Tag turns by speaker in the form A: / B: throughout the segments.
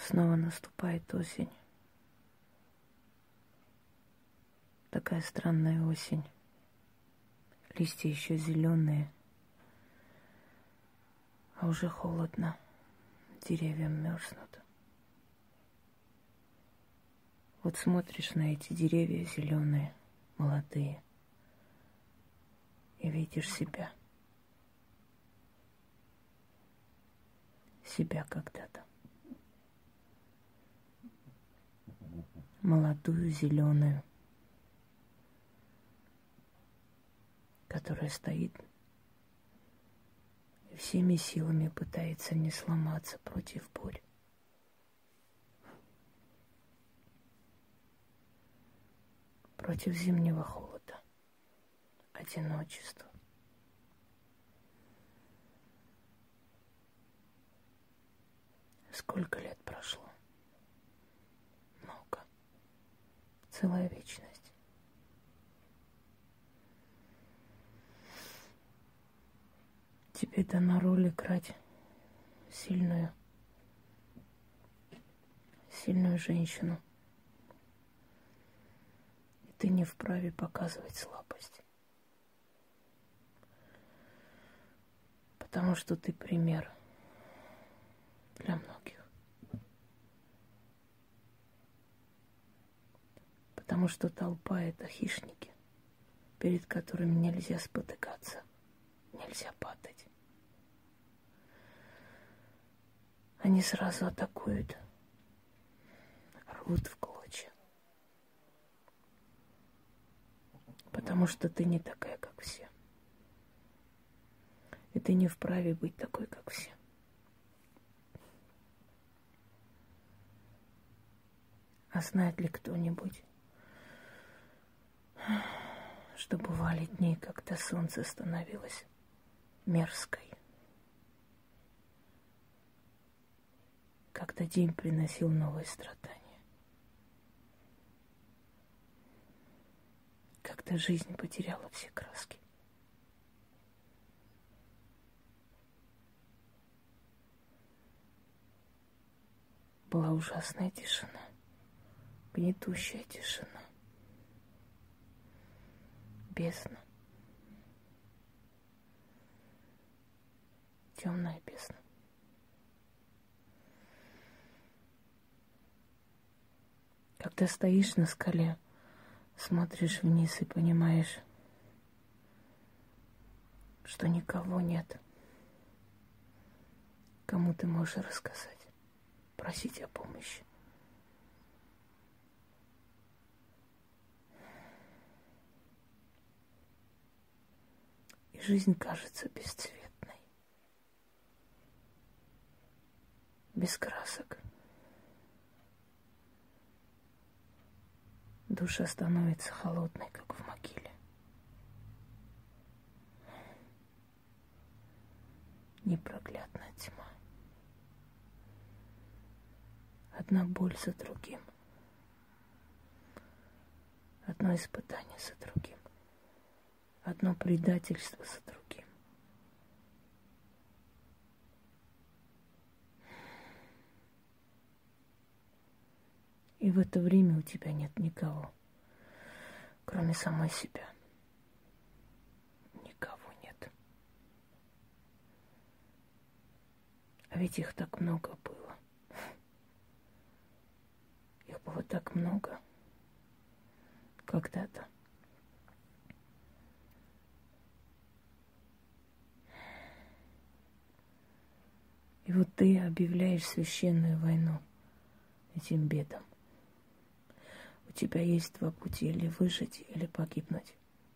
A: Снова наступает осень. Такая странная осень. Листья еще зеленые, а уже холодно. Деревья мерзнут. Вот смотришь на эти деревья зеленые, молодые, и видишь себя. Себя когда-то. Молодую, зеленую, которая стоит и всеми силами пытается не сломаться против бурь. Против зимнего холода, одиночества. Сколько лет прошло? Много. Целая вечность. Тебе дана роль играть сильную женщину. И ты не вправе показывать слабость. Потому что ты пример для многих. Потому что толпа — это хищники, перед которыми нельзя спотыкаться, нельзя падать. Они сразу атакуют, рвут в клочья. Потому что ты не такая, как все. И ты не вправе быть такой, как все. А знает ли кто-нибудь, что бывали дни, когда солнце становилось мерзкой, когда день приносил новые страдания, когда жизнь потеряла все краски? Была ужасная тишина, гнетущая тишина, бездна, темная бездна. Когда стоишь на скале, смотришь вниз и понимаешь, что никого нет, кому ты можешь рассказать, просить о помощи. И жизнь кажется бесцветной, без красок. Душа становится холодной, как в могиле. Непроглядная тьма. Одна боль за другим. Одно испытание за другим. Одно предательство за другим. И в это время у тебя нет никого, кроме самой себя. Никого нет. А ведь их так много было. Их было так много когда-то. И вот ты объявляешь священную войну этим бедам. У тебя есть два пути: или выжить, или погибнуть.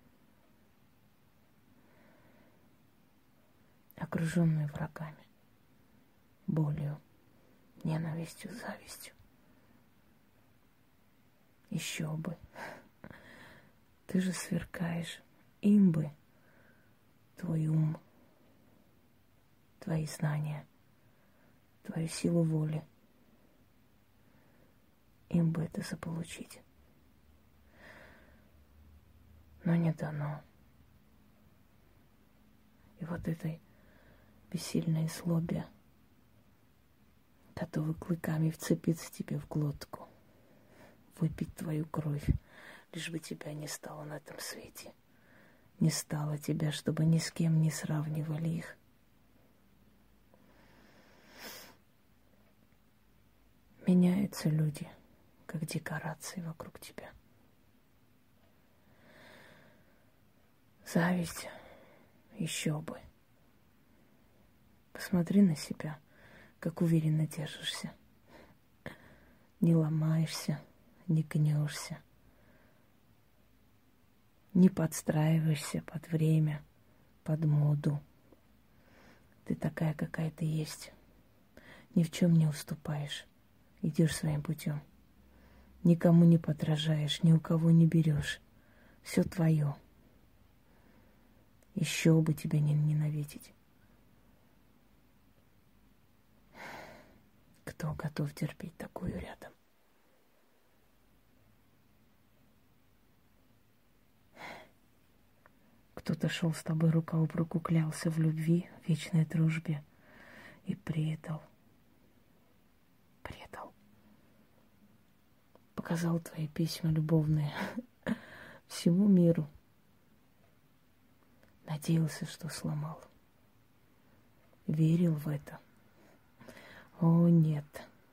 A: Окруженные врагами, болью, ненавистью, завистью. Еще бы. Ты же сверкаешь. Им бы твой ум, твои знания, твою силу воли. Им бы это заполучить. Но не дано. И вот этой бессильной злобе готовы клыками вцепиться тебе в глотку, выпить твою кровь, лишь бы тебя не стало на этом свете. Не стало тебя, чтобы ни с кем не сравнивали их. Меняются люди, как декорации вокруг тебя. Зависть, еще бы. Посмотри на себя, как уверенно держишься. Не ломаешься, не гнешься, не подстраиваешься под время, под моду. Ты такая, какая ты есть. Ни в чем не уступаешь. Идешь своим путем. Никому не подражаешь, ни у кого не берешь. Все твое. Еще бы тебя не ненавидеть. Кто готов терпеть такую рядом? Кто-то шел с тобой рука об руку, клялся в любви, в вечной дружбе и предал. Предал. Показал твои письма любовные всему миру. Надеялся, что сломал. Верил в это. О, нет.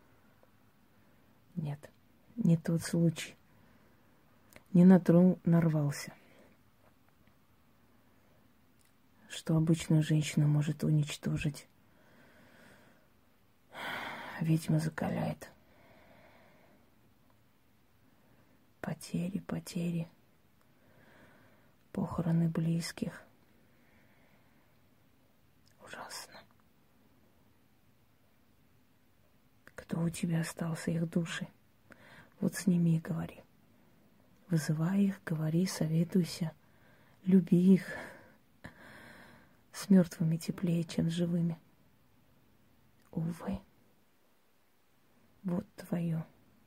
A: Нет. Не тот случай. Не на трон нарвался. Что обычную женщину может уничтожить. Ведьма закаляет. Потери, потери. Похороны близких. Ужасно. Кто у тебя остался, их души? Вот с ними и говори. Вызывай их, говори, советуйся. Люби их. С мертвыми теплее, чем с живыми. Увы. Вот твое.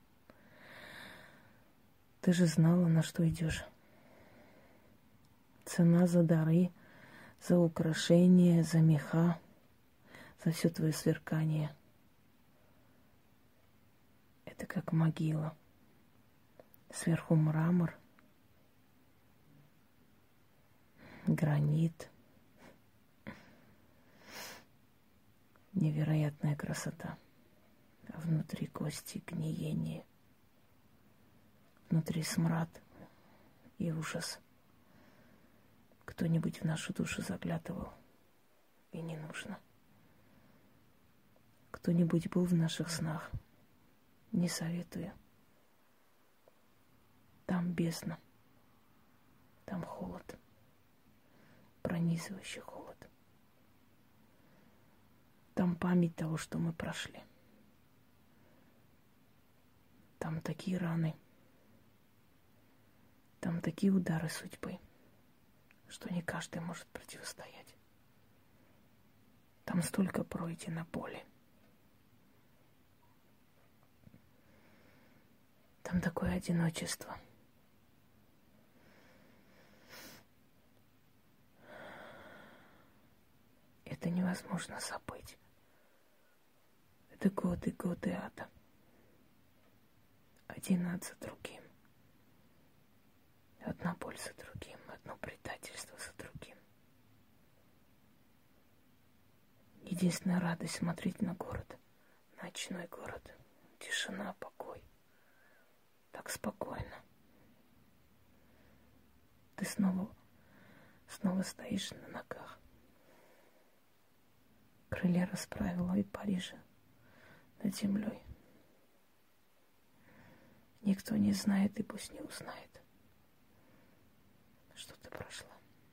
A: Ты же знала, на что идешь. Цена за дары, за украшения, за меха, за все твое сверкание. Это как могила. Сверху мрамор, гранит. Невероятная красота. А внутри кости, гниение. Внутри смрад и ужас. Кто-нибудь в нашу душу заглядывал, и не нужно. Кто-нибудь был в наших снах, не советую. Там бездна, там холод, пронизывающий холод. Там память того, что мы прошли. Там такие раны, там такие удары судьбы, что не каждый может противостоять. Там столько пройдено боли. Там такое одиночество. Это невозможно забыть. Это годы, годы ада. Один ад за другим. Одна боль за другим, одно предательство за другим. Единственная радость смотреть на город, ночной город, тишина, покой. Так спокойно. Ты снова стоишь на ногах. Крылья расправила и Парижа над землей. Никто не знает и пусть не узнает, что ты прошла.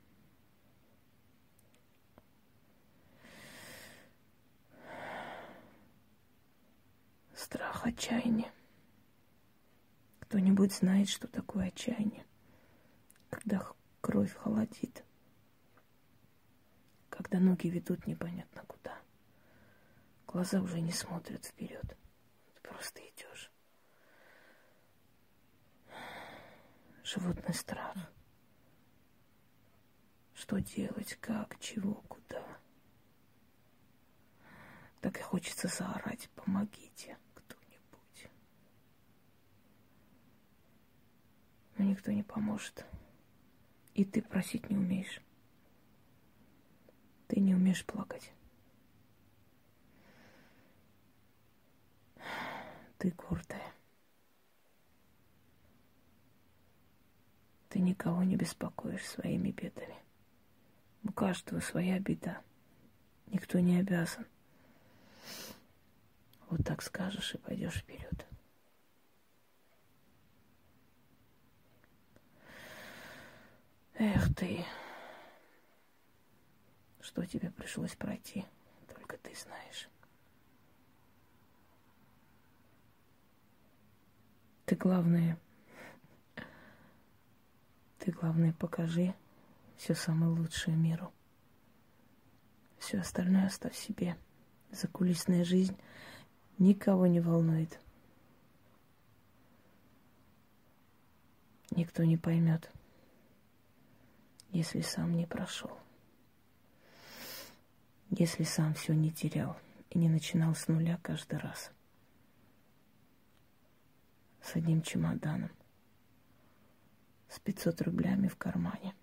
A: Страх, отчаяние. Кто-нибудь знает, что такое отчаяние? Когда кровь холодит. Когда ноги ведут непонятно куда. Глаза уже не смотрят вперед. Ты просто идешь. Животный страх. Что делать, как, чего, куда. Так и хочется заорать: помогите кто-нибудь. Но никто не поможет. И ты просить не умеешь. Ты не умеешь плакать. Ты гордая. Ты никого не беспокоишь своими бедами. У каждого своя беда. Никто не обязан. Вот так скажешь и пойдешь вперед. Эх ты, что тебе пришлось пройти, только ты знаешь. Ты главное покажи все самое лучшее миру. Все остальное оставь себе. Закулисная жизнь никого не волнует. Никто не поймет, если сам не прошел. Если сам все не терял и не начинал с нуля каждый раз. С одним чемоданом. С 500 рублями в кармане.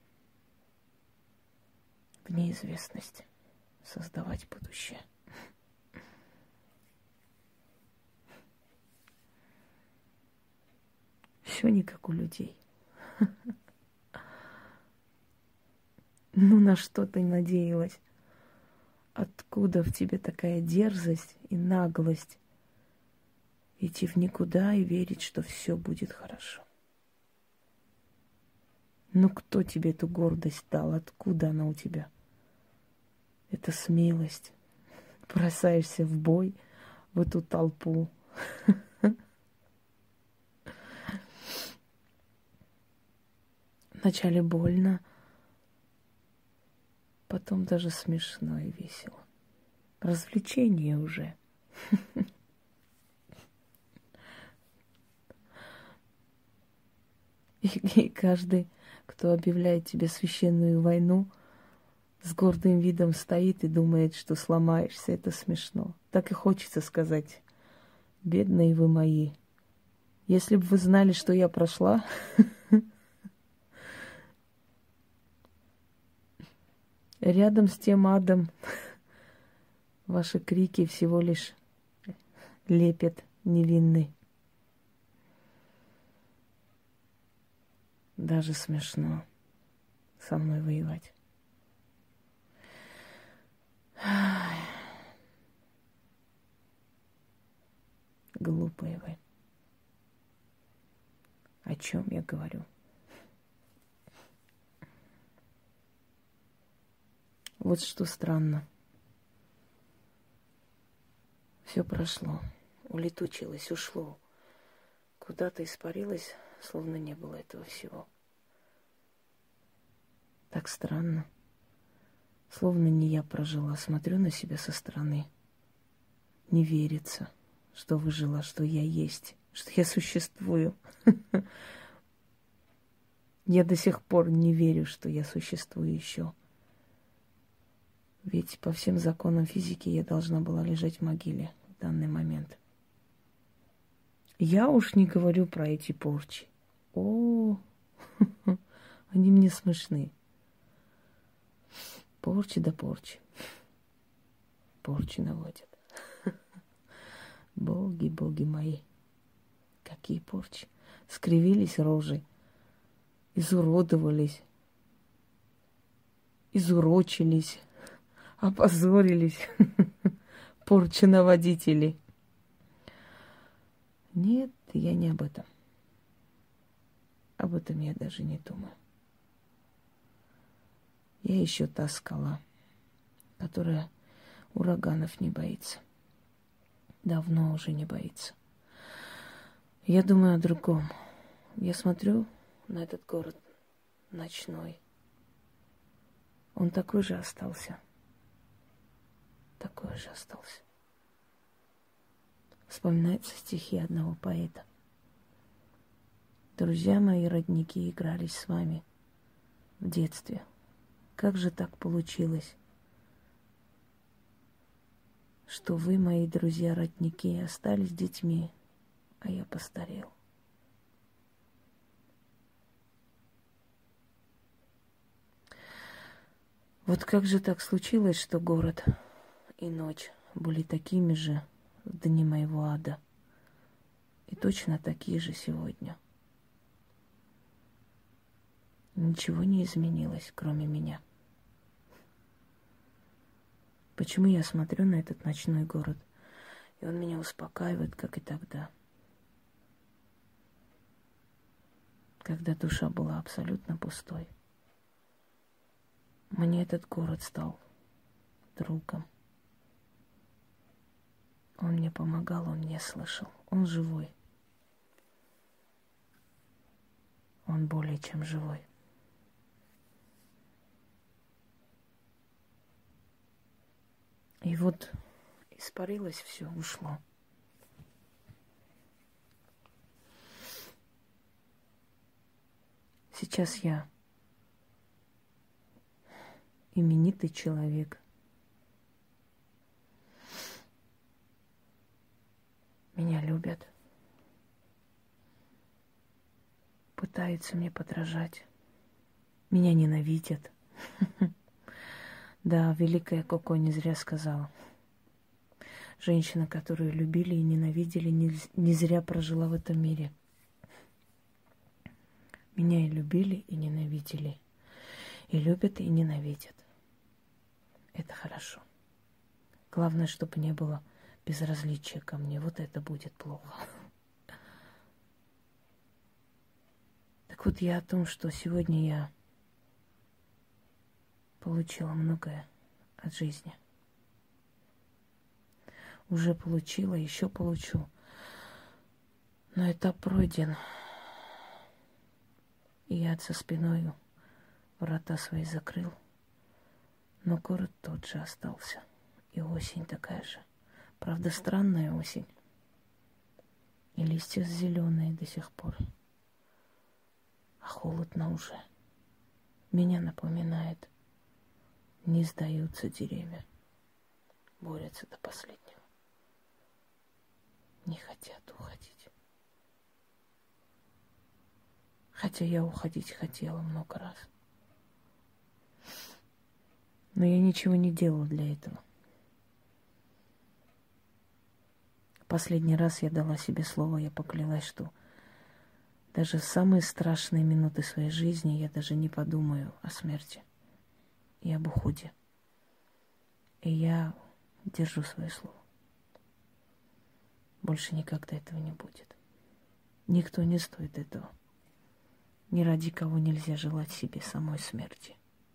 A: В неизвестность. Создавать будущее. Все не как у людей. Ну на что ты надеялась? Откуда в тебе такая дерзость и наглость идти в никуда и верить, что все будет хорошо? Ну кто тебе эту гордость дал? Откуда она у тебя? Это смелость. Бросаешься в бой, в эту толпу. Вначале больно, потом даже смешно и весело. Развлечение уже. И каждый, кто объявляет тебе священную войну, с гордым видом стоит и думает, что сломаешься. Это смешно. Так и хочется сказать: бедные вы мои. Если бы вы знали, что я прошла, рядом с тем адом ваши крики всего лишь лепет невинный. Даже смешно со мной воевать. Глупые вы. О чем я говорю? Вот что странно. Все прошло, улетучилось, ушло. Куда-то испарилось, словно не было этого всего. Так странно. Словно не я прожила. Смотрю на себя со стороны. Не верится, что выжила, что я есть, что я существую. Я до сих пор не верю, что я существую еще. Ведь по всем законам физики я должна была лежать в могиле в данный момент. Я уж не говорю про эти порчи. О, они мне смешны. Порчи да порчи. Порчи наводят. Боги, боги мои. Какие порчи. Скривились рожи. Изуродовались. Изурочились. Опозорились. Порчи наводители. Нет, я не об этом. Об этом я даже не думаю. Я еще та скала, которая ураганов не боится. Давно уже не боится. Я думаю о другом. Я смотрю на этот город ночной. Он такой же остался. Такой же остался. Вспоминаются стихи одного поэта. Друзья мои, родники, игрались с вами в детстве. Как же так получилось, что вы, мои друзья-родники, остались детьми, а я постарел. Вот как же так случилось, что город и ночь были такими же в дни моего ада, и точно такие же сегодня. Ничего не изменилось, кроме меня. Почему я смотрю на этот ночной город, и он меня успокаивает, как и тогда, когда душа была абсолютно пустой. Мне этот город стал другом. Он мне помогал, он меня слышал. Он живой. Он более чем живой. И вот испарилось все, ушло. Сейчас я именитый человек. Меня любят. Пытаются мне подражать. Меня ненавидят. Да, великая Коко не зря сказала. Женщина, которую любили и ненавидели, не зря прожила в этом мире. Меня и любили, и ненавидели. И любят, и ненавидят. Это хорошо. Главное, чтобы не было безразличия ко мне. Вот это будет плохо. Так вот, я о том, что сегодня я получила многое от жизни. Уже получила, еще получу. Но этап пройден. И я за спиною врата свои закрыл. Но город тот же остался. И осень такая же. Правда, странная осень. И листья зеленые до сих пор. А холодно уже. Меня напоминает. Не сдаются деревья. Борются до последнего. Не хотят уходить. Хотя я уходить хотела много раз. Но я ничего не делала для этого. Последний раз я дала себе слово, я поклялась, что даже в самые страшные минуты своей жизни я даже не подумаю о смерти и об уходе. И я держу свое слово. Больше никогда этого не будет. Никто не стоит этого. Ни ради кого нельзя желать себе самой смерти.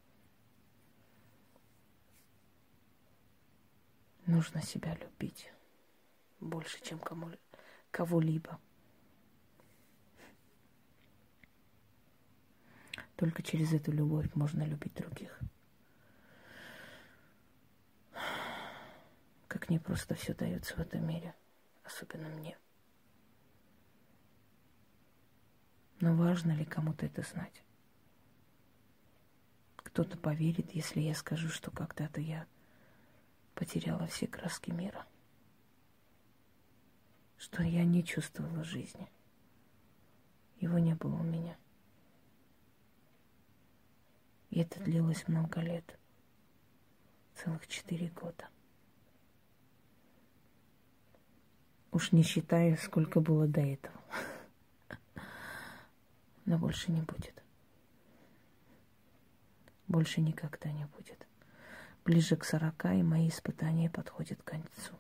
A: Нужно себя любить больше, чем кого-либо. Только через эту любовь можно любить других. Как непросто все дается в этом мире, особенно мне. Но важно ли кому-то это знать? Кто-то поверит, если я скажу, что когда-то я потеряла все краски мира, что я не чувствовала жизни. Его не было у меня. И это длилось много лет. Целых 4 года. Уж не считая, сколько было до этого. Но больше не будет. Больше никогда не будет. Ближе к 40, и мои испытания подходят к концу.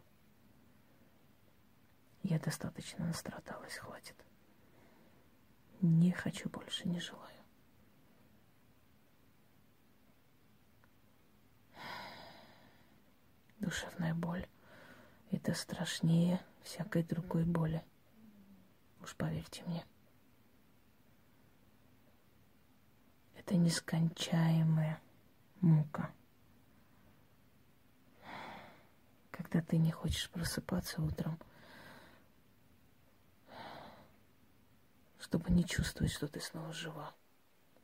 A: Я достаточно настрадалась, хватит. Не хочу больше, не желаю. Душевная боль – это страшнее всякой другой боли. Уж поверьте мне. Это нескончаемая мука. Когда ты не хочешь просыпаться утром, чтобы не чувствовать, что ты снова жива.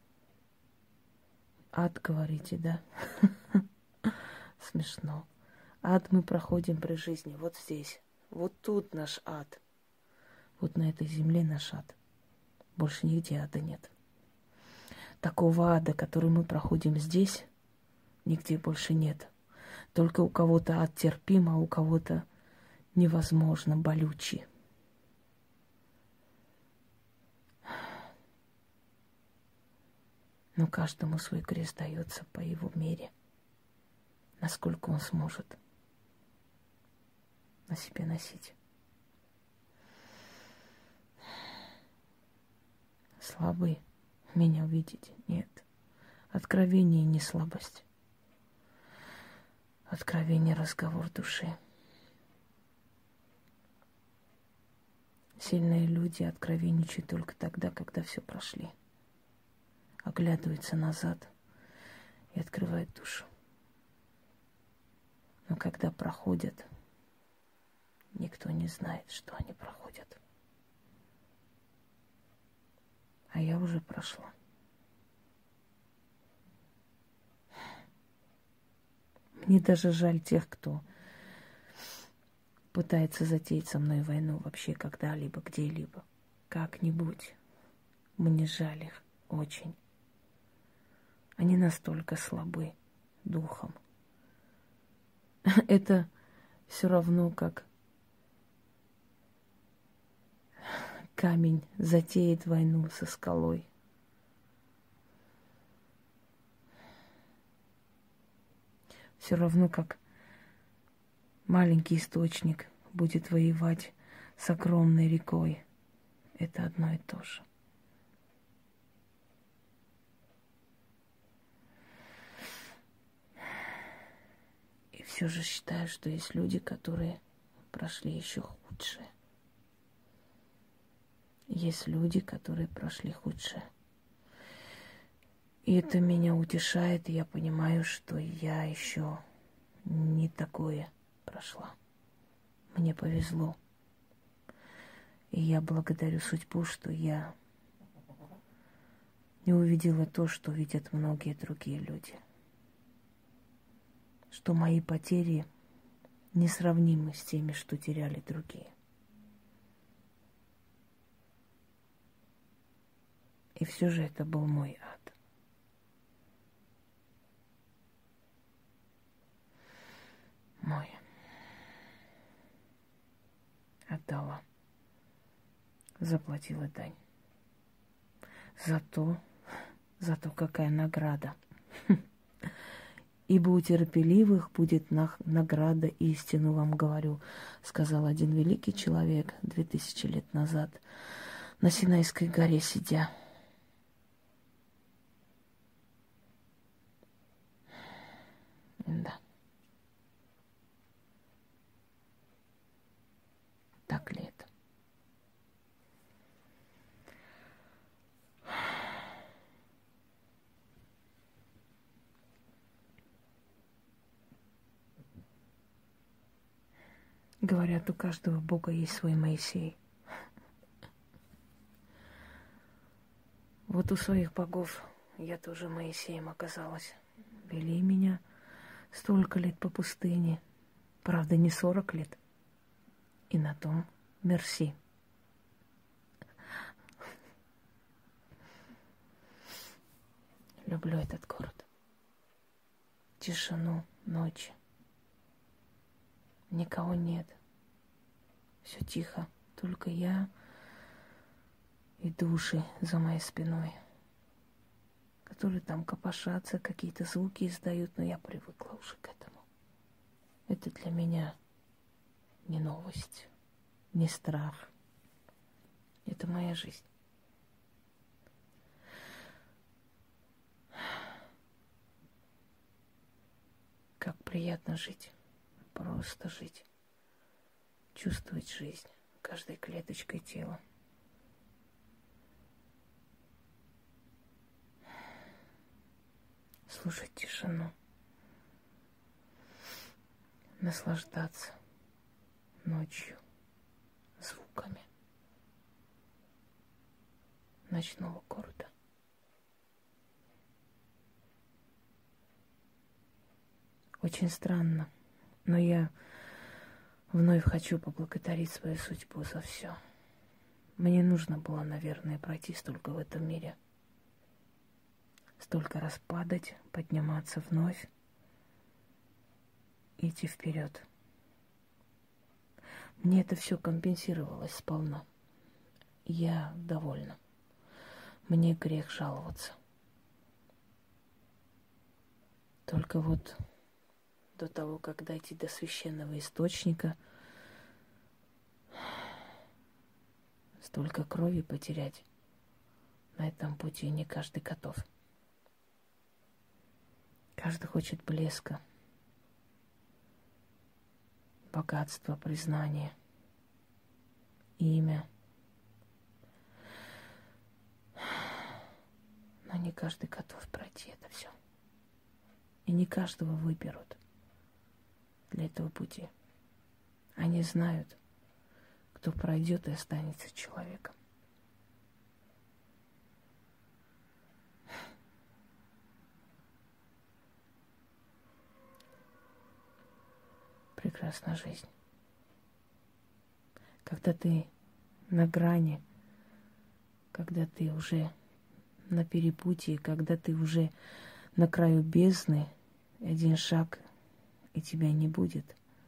A: Ад, говорите, да? Смешно. Ад мы проходим при жизни, вот здесь. Вот тут наш ад. Вот на этой земле наш ад. Больше нигде ада нет. Такого ада, который мы проходим здесь, нигде больше нет. Только у кого-то ад терпим, а у кого-то невозможно, болючий. Но каждому свой крест дается по его мере, насколько он сможет на себе носить. Слабый меня увидеть? Нет. Откровение не слабость. Откровение — разговор души. Сильные люди откровенничают только тогда, когда все прошли. Оглядываются назад и открывают душу. Но когда проходят, никто не знает, что они проходят. А я уже прошла. Мне даже жаль тех, кто пытается затеять со мной войну вообще когда-либо, где-либо. Как-нибудь. Мне жаль их очень. Они настолько слабы духом. Это все равно, как камень затеет войну со скалой. Все равно, как маленький источник будет воевать с огромной рекой. Это одно и то же. И все же считаю, что есть люди, которые прошли еще худшее. Есть люди, которые прошли худшее. И это меня утешает, и я понимаю, что я еще не такое прошла. Мне повезло. И я благодарю судьбу, что я не увидела то, что видят многие другие люди. Что мои потери несравнимы с теми, что теряли другие. И все же это был мой ад. Мой. Отдала. Заплатила дань. Зато какая награда. Ибо у терпеливых будет награда, истину вам говорю, сказал один великий человек 2000 лет назад, на Синайской горе сидя. Да. Так ли это? Говорят, у каждого бога есть свой Моисей. Вот у своих богов я тоже Моисеем оказалась. Вели меня столько лет по пустыне. Правда, не 40 лет. И на том мерси. Люблю этот город. Тишину, ночи. Никого нет. Все тихо. Только я и души за моей спиной, которые там копошатся, какие-то звуки издают, но я привыкла уже к этому. Это для меня не новость, не страх. Это моя жизнь. Как приятно жить. Просто жить. Чувствовать жизнь каждой клеточкой тела. Слушать тишину. Наслаждаться ночью звуками ночного города. Очень странно, Но я вновь хочу поблагодарить свою судьбу за все. Мне нужно было, наверное, пройти столько в этом мире. Столько раз падать, подниматься вновь, идти вперед. Мне это все компенсировалось сполна. Я довольна. Мне грех жаловаться. Только вот до того, как дойти до священного источника, столько крови потерять на этом пути не каждый готов. Каждый хочет блеска, богатства, признания, имя. Но не каждый готов пройти это все. И не каждого выберут для этого пути. Они знают, кто пройдет и останется человеком. Прекрасна жизнь. Когда ты на грани, когда ты уже на перепутье, когда ты уже на краю бездны, один шаг, и тебя не будет.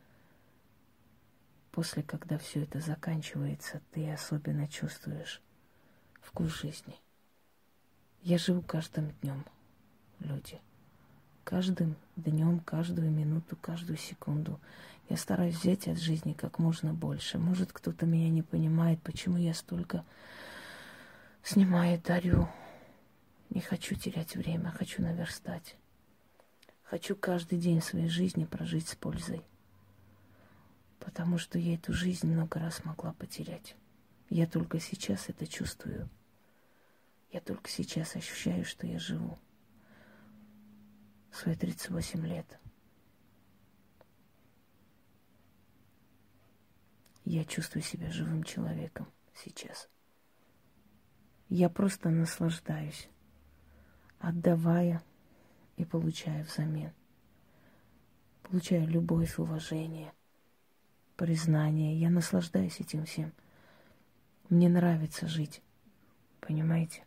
A: После, когда все это заканчивается, ты особенно чувствуешь вкус жизни. Я живу каждым днем, люди. Каждым днем, каждую минуту, каждую секунду. Я стараюсь взять от жизни как можно больше. Может, кто-то меня не понимает, почему я столько снимаю, дарю. Не хочу терять время, хочу наверстать. Хочу каждый день своей жизни прожить с пользой. Потому что я эту жизнь много раз могла потерять. Я только сейчас это чувствую. Я только сейчас ощущаю, что я живу. В свои 38 лет. Я чувствую себя живым человеком сейчас. Я просто наслаждаюсь, отдавая и получая взамен. Получаю любовь, уважение, признание. Я наслаждаюсь этим всем. Мне нравится жить. Понимаете?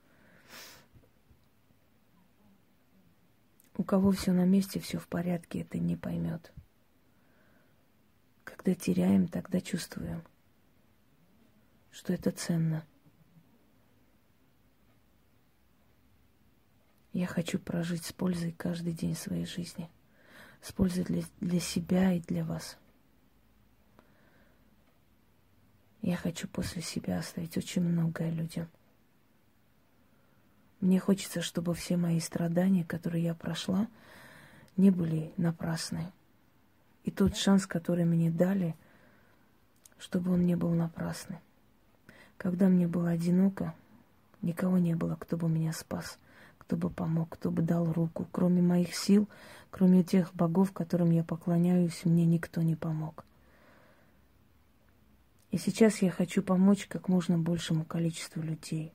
A: У кого все на месте, все в порядке, это не поймет. Когда теряем, тогда чувствуем, что это ценно. Я хочу прожить с пользой каждый день своей жизни. С пользой для себя и для вас. Я хочу после себя оставить очень многое людям. Мне хочется, чтобы все мои страдания, которые я прошла, не были напрасны. И тот шанс, который мне дали, чтобы он не был напрасным. Когда мне было одиноко, никого не было, кто бы меня спас, кто бы помог, кто бы дал руку. Кроме моих сил, кроме тех богов, которым я поклоняюсь, мне никто не помог. И сейчас я хочу помочь как можно большему количеству людей.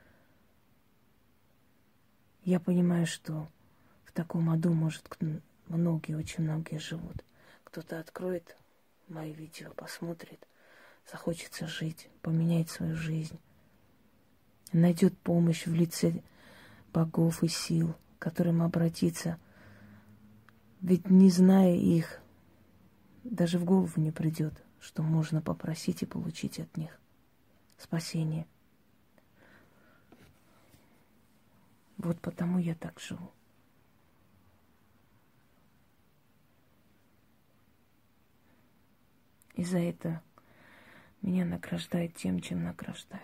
A: Я понимаю, что в таком аду, может, многие, очень многие живут. Кто-то откроет мои видео, посмотрит, захочется жить, поменять свою жизнь. Найдет помощь в лице богов и сил, к которым обратиться. Ведь не зная их, даже в голову не придет, что можно попросить и получить от них спасение. Вот потому я так живу. И за это меня награждают тем, чем награждают.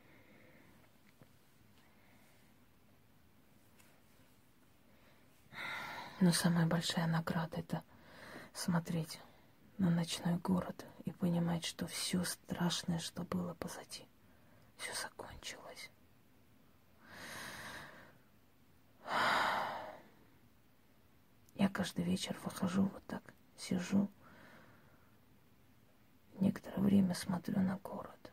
A: Но самая большая награда — это смотреть на ночной город и понимать, что все страшное, что было позади, все закончилось. Я каждый вечер выхожу вот так, сижу, некоторое время смотрю на город.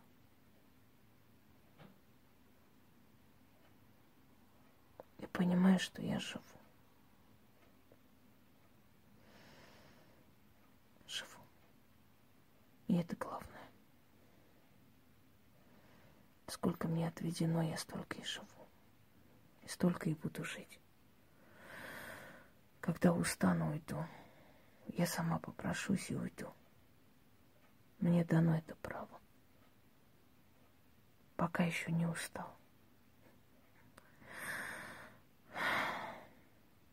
A: И понимаю, что я живу. И это главное. Сколько мне отведено, я столько и живу. И столько и буду жить. Когда устану, уйду. Я сама попрошусь и уйду. Мне дано это право. Пока еще не устал.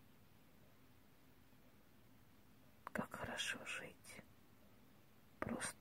A: Как хорошо жить. Просто.